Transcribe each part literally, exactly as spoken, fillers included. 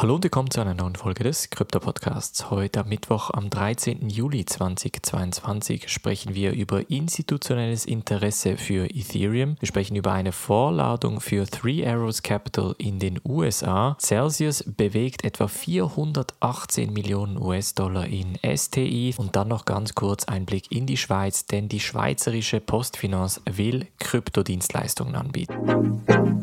Hallo und willkommen zu einer neuen Folge des Krypto-Podcasts. Heute am Mittwoch, am dreizehnten Juli zweitausendzweiundzwanzig, sprechen wir über institutionelles Interesse für Ethereum. Wir sprechen über eine Vorladung für Three Arrows Capital in den U S A. Celsius bewegt etwa vierhundertachtzehn Millionen U S-Dollar in S T I. Und dann noch ganz kurz ein Blick in die Schweiz, denn die schweizerische Postfinance will Kryptodienstleistungen anbieten.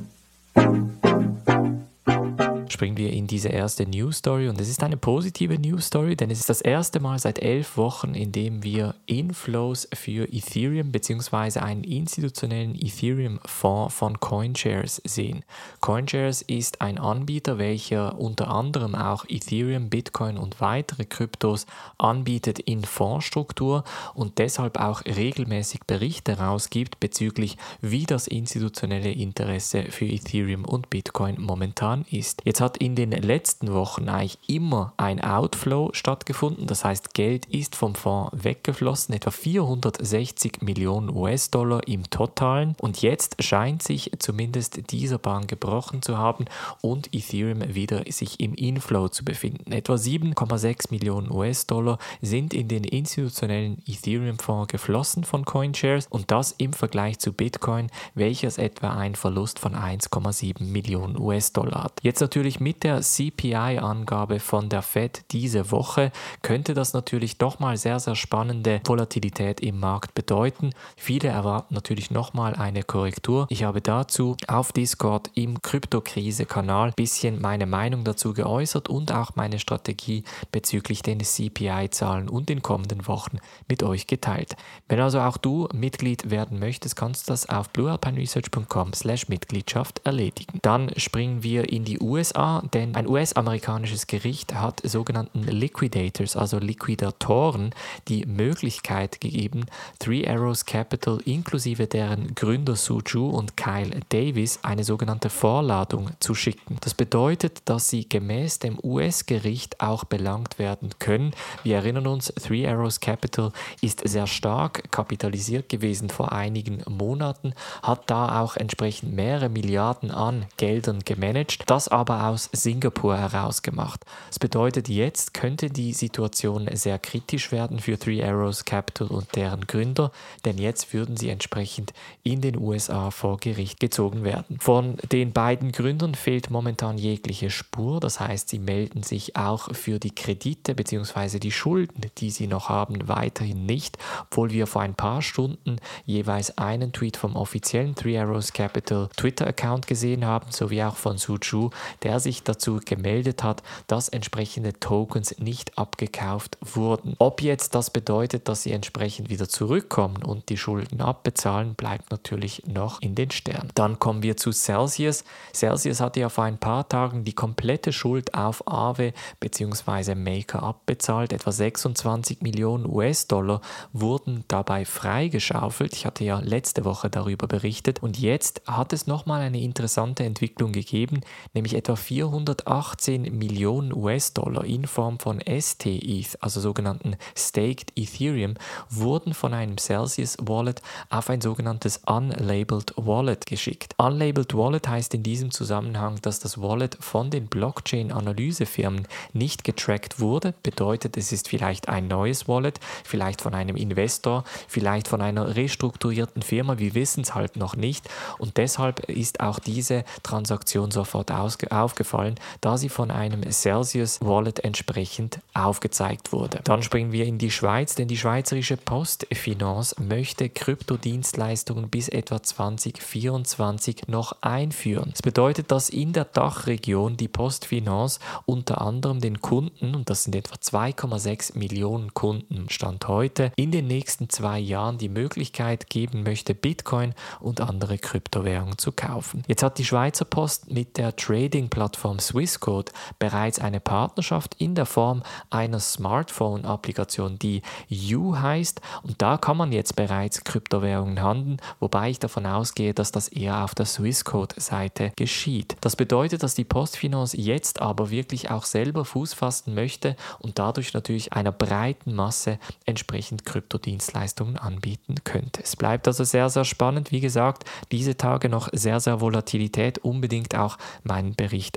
Springen wir in diese erste News Story und es ist eine positive News Story, denn es ist das erste Mal seit elf Wochen, in dem wir Inflows für Ethereum bzw. einen institutionellen Ethereum-Fonds von CoinShares sehen. CoinShares ist ein Anbieter, welcher unter anderem auch Ethereum, Bitcoin und weitere Kryptos anbietet in Fondsstruktur und deshalb auch regelmäßig Berichte rausgibt bezüglich, wie das institutionelle Interesse für Ethereum und Bitcoin momentan ist. Jetzt hat in den letzten Wochen eigentlich immer ein Outflow stattgefunden, das heißt Geld ist vom Fonds weggeflossen, etwa vierhundertsechzig Millionen U S-Dollar im Totalen und jetzt scheint sich zumindest dieser Bahn gebrochen zu haben und Ethereum wieder sich im Inflow zu befinden. Etwa sieben Komma sechs Millionen U S-Dollar sind in den institutionellen Ethereum-Fonds geflossen von CoinShares und das im Vergleich zu Bitcoin, welches etwa einen Verlust von eins Komma sieben Millionen U S-Dollar hat. Jetzt natürlich mit der C P I-Angabe von der Fed diese Woche könnte das natürlich doch mal sehr, sehr spannende Volatilität im Markt bedeuten. Viele erwarten natürlich nochmal eine Korrektur. Ich habe dazu auf Discord im Krypto-Krise-Kanal ein bisschen meine Meinung dazu geäußert und auch meine Strategie bezüglich den C P I-Zahlen und den kommenden Wochen mit euch geteilt. Wenn also auch du Mitglied werden möchtest, kannst du das auf bluealpineresearch punkt com slash Mitgliedschaft erledigen. Dann springen wir in die U S A, denn ein U S-amerikanisches Gericht hat sogenannten Liquidators, also Liquidatoren, die Möglichkeit gegeben, Three Arrows Capital inklusive deren Gründer Su Zhu und Kyle Davis eine sogenannte Vorladung zu schicken. Das bedeutet, dass sie gemäß dem U S-Gericht auch belangt werden können. Wir erinnern uns, Three Arrows Capital ist sehr stark kapitalisiert gewesen vor einigen Monaten, hat da auch entsprechend mehrere Milliarden an Geldern gemanagt, das aber aus Singapur heraus gemacht. Das bedeutet, jetzt könnte die Situation sehr kritisch werden für Three Arrows Capital und deren Gründer, denn jetzt würden sie entsprechend in den U S A vor Gericht gezogen werden. Von den beiden Gründern fehlt momentan jegliche Spur, das heißt, sie melden sich auch für die Kredite bzw. die Schulden, die sie noch haben, weiterhin nicht, obwohl wir vor ein paar Stunden jeweils einen Tweet vom offiziellen Three Arrows Capital Twitter-Account gesehen haben, sowie auch von Su Zhu, der sich dazu gemeldet hat, dass entsprechende Tokens nicht abgekauft wurden. Ob jetzt das bedeutet, dass sie entsprechend wieder zurückkommen und die Schulden abbezahlen, bleibt natürlich noch in den Sternen. Dann kommen wir zu Celsius. Celsius hatte ja vor ein paar Tagen die komplette Schuld auf Aave bzw. Maker abbezahlt. Etwa sechsundzwanzig Millionen U S-Dollar wurden dabei freigeschaufelt. Ich hatte ja letzte Woche darüber berichtet und jetzt hat es nochmal eine interessante Entwicklung gegeben, nämlich etwa vierhundertachtzehn Millionen U S-Dollar in Form von S T E T H, also sogenannten Staked Ethereum, wurden von einem Celsius Wallet auf ein sogenanntes Unlabeled Wallet geschickt. Unlabeled Wallet heißt in diesem Zusammenhang, dass das Wallet von den Blockchain-Analysefirmen nicht getrackt wurde, bedeutet, es ist vielleicht ein neues Wallet, vielleicht von einem Investor, vielleicht von einer restrukturierten Firma, wir wissen es halt noch nicht und deshalb ist auch diese Transaktion sofort ausge- aufgefallen, da sie von einem Celsius Wallet entsprechend aufgezeigt wurde. Dann springen wir in die Schweiz, denn die schweizerische Postfinance möchte Kryptodienstleistungen bis etwa zwanzig vierundzwanzig noch einführen. Das bedeutet, dass in der Dachregion die Postfinance unter anderem den Kunden, und das sind etwa zwei Komma sechs Millionen Kunden Stand heute, in den nächsten zwei Jahren die Möglichkeit geben möchte, Bitcoin und andere Kryptowährungen zu kaufen. Jetzt hat die Schweizer Post mit der Trading-Plattform Swissquote bereits eine Partnerschaft in der Form einer Smartphone-Applikation, die You heißt, und da kann man jetzt bereits Kryptowährungen handeln, wobei ich davon ausgehe, dass das eher auf der Swissquote-Seite geschieht. Das bedeutet, dass die Postfinance jetzt aber wirklich auch selber Fuß fassen möchte und dadurch natürlich einer breiten Masse entsprechend Kryptodienstleistungen anbieten könnte. Es bleibt also sehr, sehr spannend. Wie gesagt, diese Tage noch sehr, sehr Volatilität, unbedingt auch meinen Bericht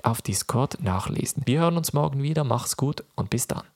auf Discord nachlesen. Wir hören uns morgen wieder, mach's gut und bis dann.